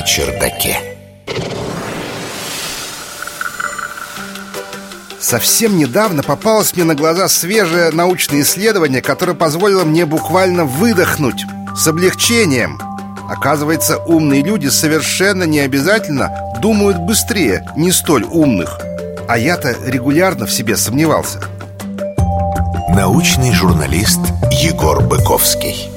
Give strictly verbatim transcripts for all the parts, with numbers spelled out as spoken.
чердаке. Совсем недавно попалось мне на глаза свежее научное исследование, которое позволило мне буквально выдохнуть с облегчением. Оказывается, умные люди совершенно не обязательно думают быстрее не столь умных. А я-то регулярно в себе сомневался. Научный журналист Егор Быковский.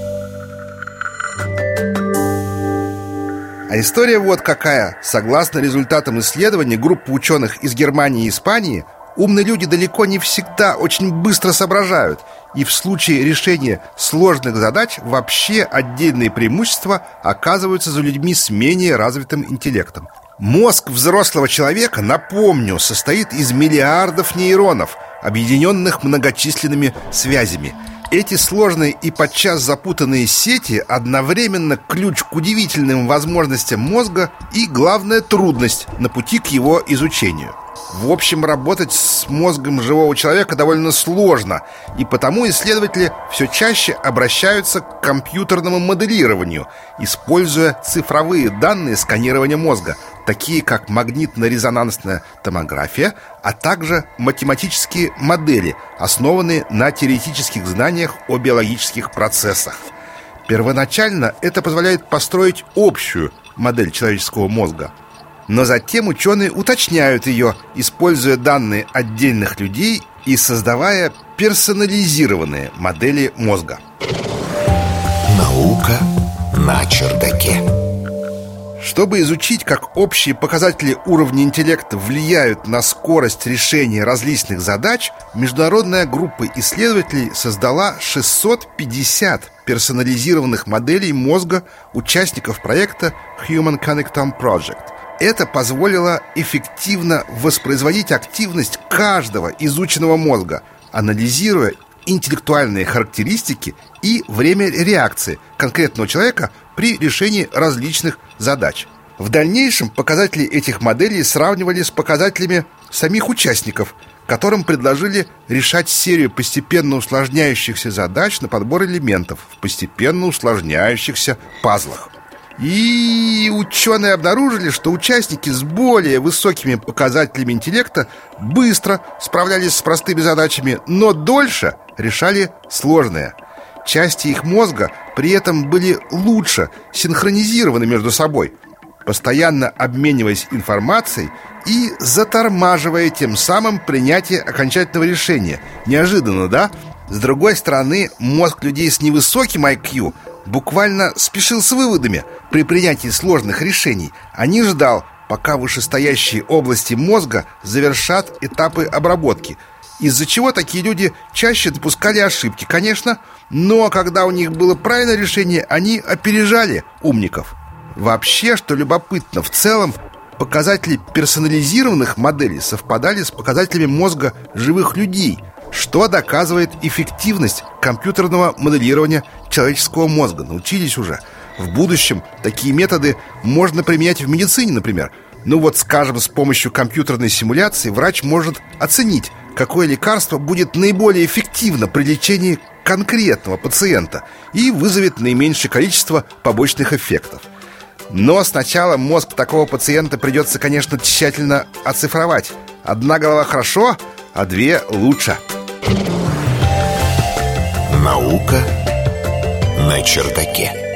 А история вот какая. Согласно результатам исследований группы ученых из Германии и Испании, умные люди далеко не всегда очень быстро соображают. И в случае решения сложных задач вообще отдельные преимущества оказываются за людьми с менее развитым интеллектом. Мозг взрослого человека, напомню, состоит из миллиардов нейронов, объединенных многочисленными связями. Эти сложные и подчас запутанные сети одновременно ключ к удивительным возможностям мозга и, главная, трудность на пути к его изучению. В общем, работать с мозгом живого человека довольно сложно, и потому исследователи все чаще обращаются к компьютерному моделированию, используя цифровые данные сканирования мозга, такие как магнитно-резонансная томография, а также математические модели, основанные на теоретических знаниях о биологических процессах. Первоначально это позволяет построить общую модель человеческого мозга. Но затем ученые уточняют ее, используя данные отдельных людей и создавая персонализированные модели мозга. Наука на чердаке. Чтобы изучить, как общие показатели уровня интеллекта влияют на скорость решения различных задач, международная группа исследователей создала шестьсот пятьдесят персонализированных моделей мозга участников проекта Human Connectome Project. Это позволило эффективно воспроизводить активность каждого изученного мозга, анализируя интеллектуальные характеристики и время реакции конкретного человека при решении различных задач. В дальнейшем показатели этих моделей сравнивали с показателями самих участников, которым предложили решать серию постепенно усложняющихся задач на подбор элементов в постепенно усложняющихся пазлах. И ученые обнаружили, что участники с более высокими показателями интеллекта быстро справлялись с простыми задачами, но дольше решали сложные. Части их мозга при этом были лучше синхронизированы между собой, постоянно обмениваясь информацией и затормаживая тем самым принятие окончательного решения. Неожиданно, да? С другой стороны, мозг людей с невысоким ай кью буквально спешил с выводами при принятии сложных решений, а не ждал, пока вышестоящие области мозга завершат этапы обработки, из-за чего такие люди чаще допускали ошибки, конечно, но когда у них было правильное решение, они опережали умников. Вообще, что любопытно, в целом показатели персонализированных моделей совпадали с показателями мозга живых людей, что доказывает эффективность компьютерного моделирования человеческого мозга. Научились уже. В будущем такие методы можно применять в медицине, например. Ну вот, скажем, с помощью компьютерной симуляции врач может оценить, какое лекарство будет наиболее эффективно при лечении конкретного пациента и вызовет наименьшее количество побочных эффектов. Но сначала мозг такого пациента придется, конечно, тщательно оцифровать. Одна голова хорошо, а две лучше. Наука на чердаке.